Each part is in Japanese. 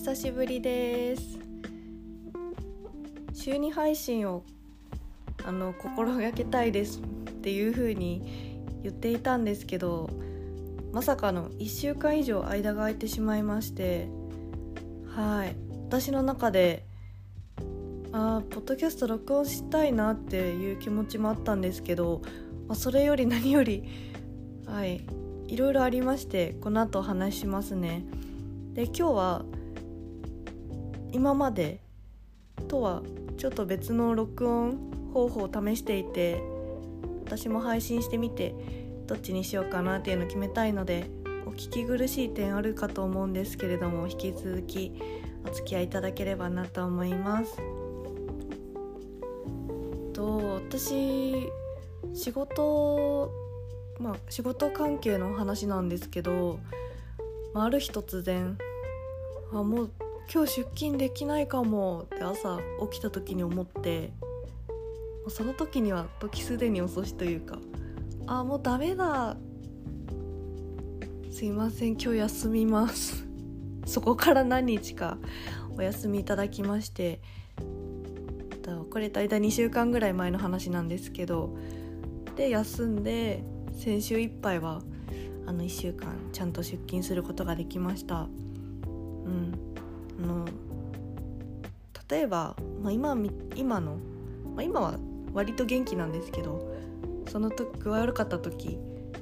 久しぶりです。週2配信を心がけたいですっていう風に言っていたんですけど、まさかの1週間以上間が空いてしまいまして、私の中でポッドキャスト録音したいなっていう気持ちもあったんですけど、それより何よりいろいろありまして、この後お話ししますね。で、今日は今までとはちょっと別の録音方法を試していて、私も配信してみてどっちにしようかなっていうのを決めたいので、お聞き苦しい点あるかと思うんですけれども、引き続きお付き合いいただければなと思います。私仕事関係の話なんですけど、ある日突然もう今日出勤できないかもって朝起きた時に思って、その時には時すでに遅しというか、もうダメだ、すいません今日休みますそこから何日かお休みいただきまして、これ大体2週間ぐらい前の話なんですけど、で休んで先週いっぱいは1週間ちゃんと出勤することができました。例えば、今は割と元気なんですけど、その時具合悪かった時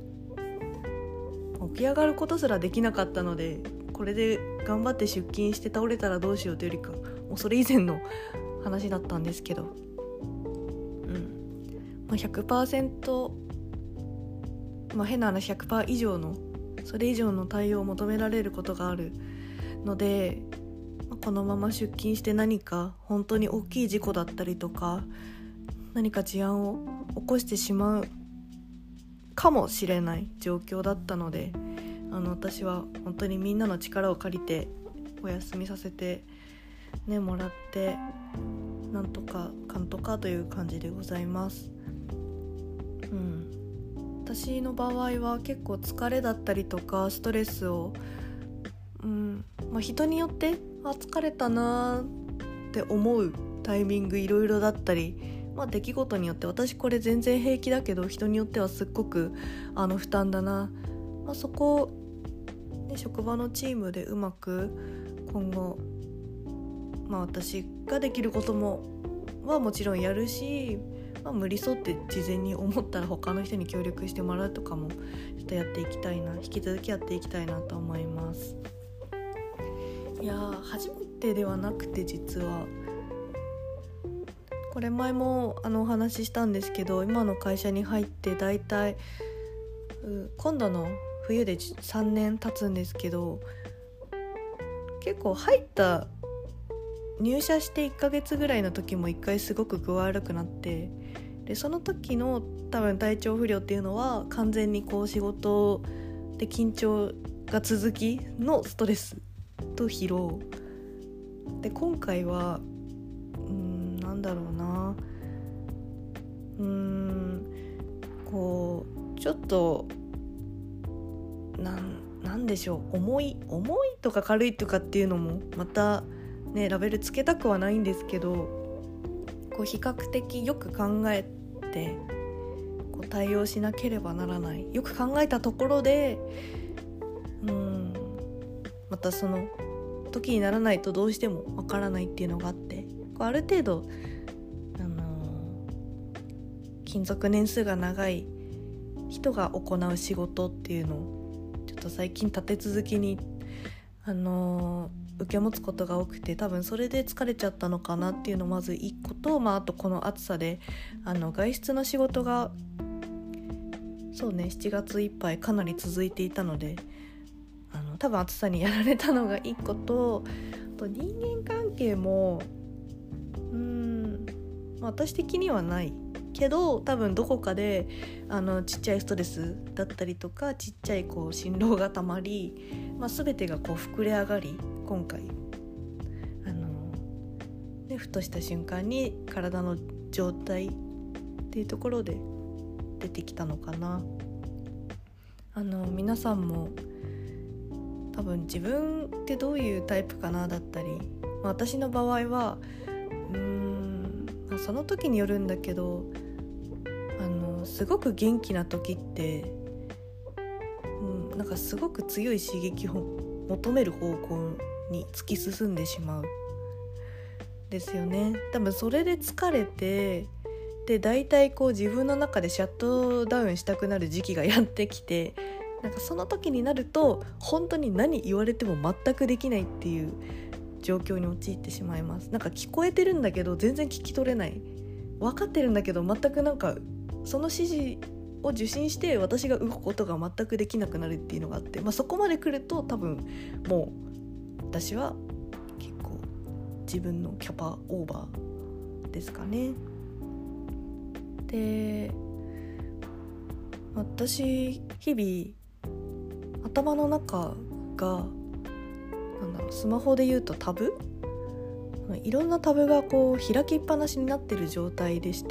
起き上がることすらできなかったので、これで頑張って出勤して倒れたらどうしようというよりか、もうそれ以前の話だったんですけど、100%、変な話 100% 以上のそれ以上の対応を求められることがあるので、このまま出勤して何か本当に大きい事故だったりとか何か事案を起こしてしまうかもしれない状況だったので、私は本当にみんなの力を借りてお休みさせて、もらって、なんとかかんとかという感じでございます。私の場合は結構疲れだったりとかストレスを、人によって疲れたなって思うタイミングいろいろだったり、出来事によって、私これ全然平気だけど人によってはすっごく負担だな、そこを、職場のチームでうまく今後、私ができることはもちろんやるし、無理そうって事前に思ったら他の人に協力してもらうとかもちょっとやっていきたいな、引き続きやっていきたいなと思います。初めてではなくて、実はこれ前もお話ししたんですけど、今の会社に入ってだいたい今度の冬で3年経つんですけど、結構入社して1ヶ月ぐらいの時も1回すごく具合悪くなって、でその時の多分体調不良っていうのは完全に仕事で緊張が続きのストレスと疲労で、今回はちょっとなんでしょう、重いとか軽いとかっていうのもまたラベルつけたくはないんですけど、比較的よく考えて対応しなければならない、よく考えたところでまたその時にならないとどうしてもわからないっていうのがあって、ある程度勤続年数が長い人が行う仕事っていうのをちょっと最近立て続けに受け持つことが多くて、多分それで疲れちゃったのかなっていうのまず1個と、あとこの暑さで外出の仕事が7月いっぱいかなり続いていたので、多分暑さにやられたのが1個と、あと人間関係も私的にはないけど、多分どこかでちっちゃいストレスだったりとか、ちっちゃい心労がたまり、全てが膨れ上がり、今回ふとした瞬間に体の状態っていうところで皆さんも多分自分ってどういうタイプかなだったり、私の場合はその時によるんだけど、すごく元気な時って、なんかすごく強い刺激を求める方向に突き進んでしまうですよね。多分それで疲れて、で大体こう自分の中でシャットダウンしたくなる時期がやってきて、なんかその時になると本当に何言われても全くできないっていう状況に陥ってしまいます。なんか聞こえてるんだけど全然聞き取れない、分かってるんだけど全くなんかその指示を受信して私が動くことが全くできなくなるっていうのがあって、そこまで来ると多分もう私は結構自分のキャパオーバーですかね。で、私日々頭の中がスマホで言うとタブ、いろんなタブがこう開きっぱなしになってる状態でして、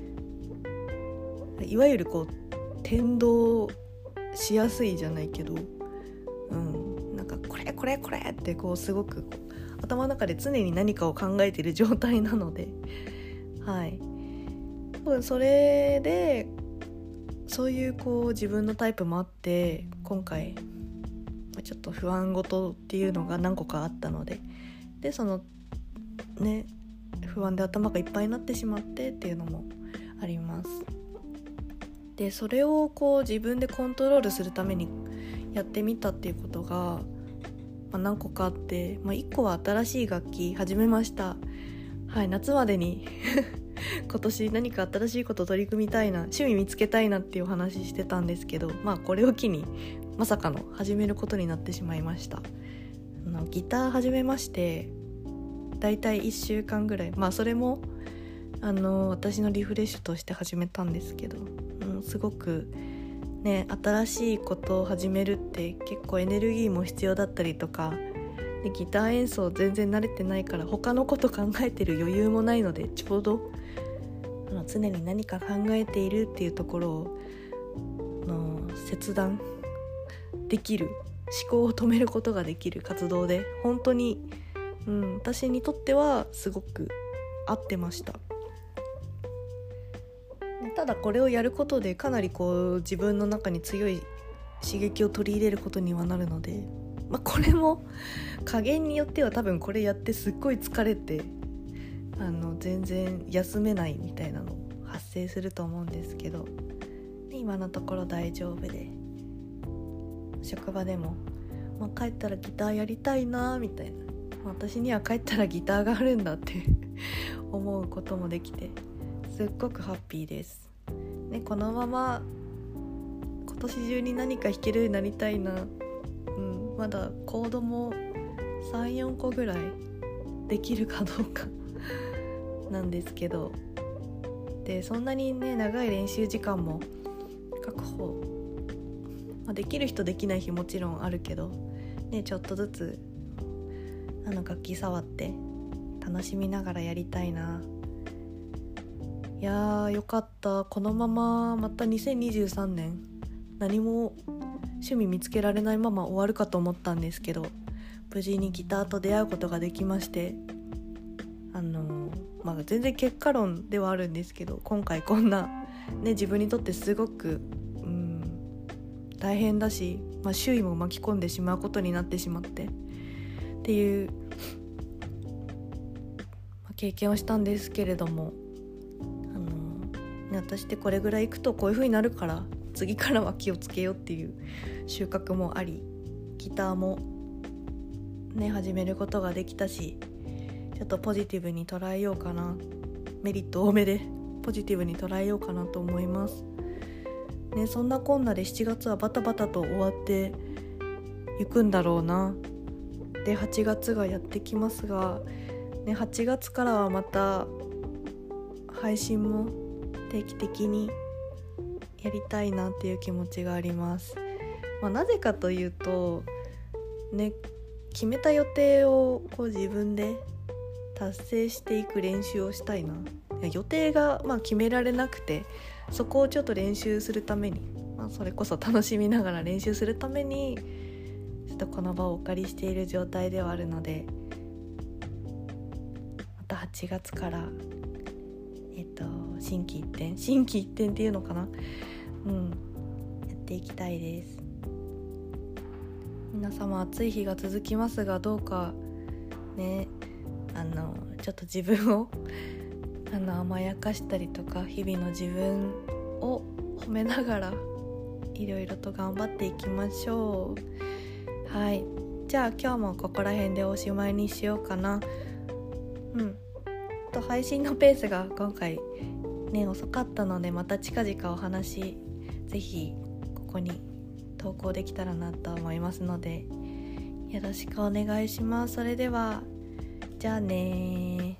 いわゆるこう転動しやすいじゃないけど、なんかこれってこうすごく頭の中で常に何かを考えている状態なので、多分それでそういうこう自分のタイプもあって、今回ちょっと不安事っていうのが何個かあったので、そのね不安で頭がいっぱいになってしまってっていうのもあります。でそれをこう自分でコントロールするためにやってみたっていうことが、何個かあって、1個は新しい楽器始めました。夏までに今年何か新しいこと取り組みたいな、趣味見つけたいなっていうお話してたんですけど、これを機にまさかの始めることになってしまいました。ギター始めまして、だいたい1週間ぐらい、それも私のリフレッシュとして始めたんですけど、すごくね、新しいことを始めるって結構エネルギーも必要だったりとかで、ギター演奏全然慣れてないから他のこと考えてる余裕もないので、ちょうど常に何か考えているっていうところを切断できる、思考を止めることができる活動で、本当に、私にとってはすごく合ってました。ただこれをやることでかなりこう自分の中に強い刺激を取り入れることにはなるので、これも加減によっては多分これやってすっごい疲れて全然休めないみたいなの発生すると思うんですけど、今のところ大丈夫で、職場でも、帰ったらギターやりたいなみたいな、私には帰ったらギターがあるんだって思うこともできてすっごくハッピーです、このまま今年中に何か弾けるようになりたいな、まだコードも 3,4 個ぐらいできるかどうかなんですけど、でそんなにね長い練習時間も確保、できる人できない日もちろんあるけど、ちょっとずつ楽器触って楽しみながらやりたいな。いやーよかった。このまままた2023年何も趣味見つけられないまま終わるかと思ったんですけど、無事にギターと出会うことができまして、全然結果論ではあるんですけど、今回こんな、自分にとってすごく、大変だし、周囲も巻き込んでしまうことになってしまってっていう経験をしたんですけれども、私ってこれぐらいいくとこういう風になるから次からは気をつけようっていう収穫もあり、ギターも始めることができたし、ちょっとポジティブに捉えようかな、メリット多めでポジティブに捉えようかなと思います、そんなこんなで7月はバタバタと終わっていくんだろうな。で8月がやってきますが、8月からはまた配信も定期的にやりたいなっていう気持ちがあります、なぜかというと決めた予定をこう自分で達成していく練習をしたいな。予定が決められなくて、そこをちょっと練習するために、それこそ楽しみながら練習するためにとこの場をお借りしている状態ではあるので、また8月から心機一転っていうのかな、やっていきたいです。皆様暑い日が続きますが、どうかね、ちょっと自分を甘やかしたりとか、日々の自分を褒めながらいろいろと頑張っていきましょう。はい、じゃあ今日もここら辺でおしまいにしようかな。配信のペースが今回ね遅かったので、また近々お話ぜひここに投稿できたらなと思いますので、よろしくお願いします。それではじゃあね。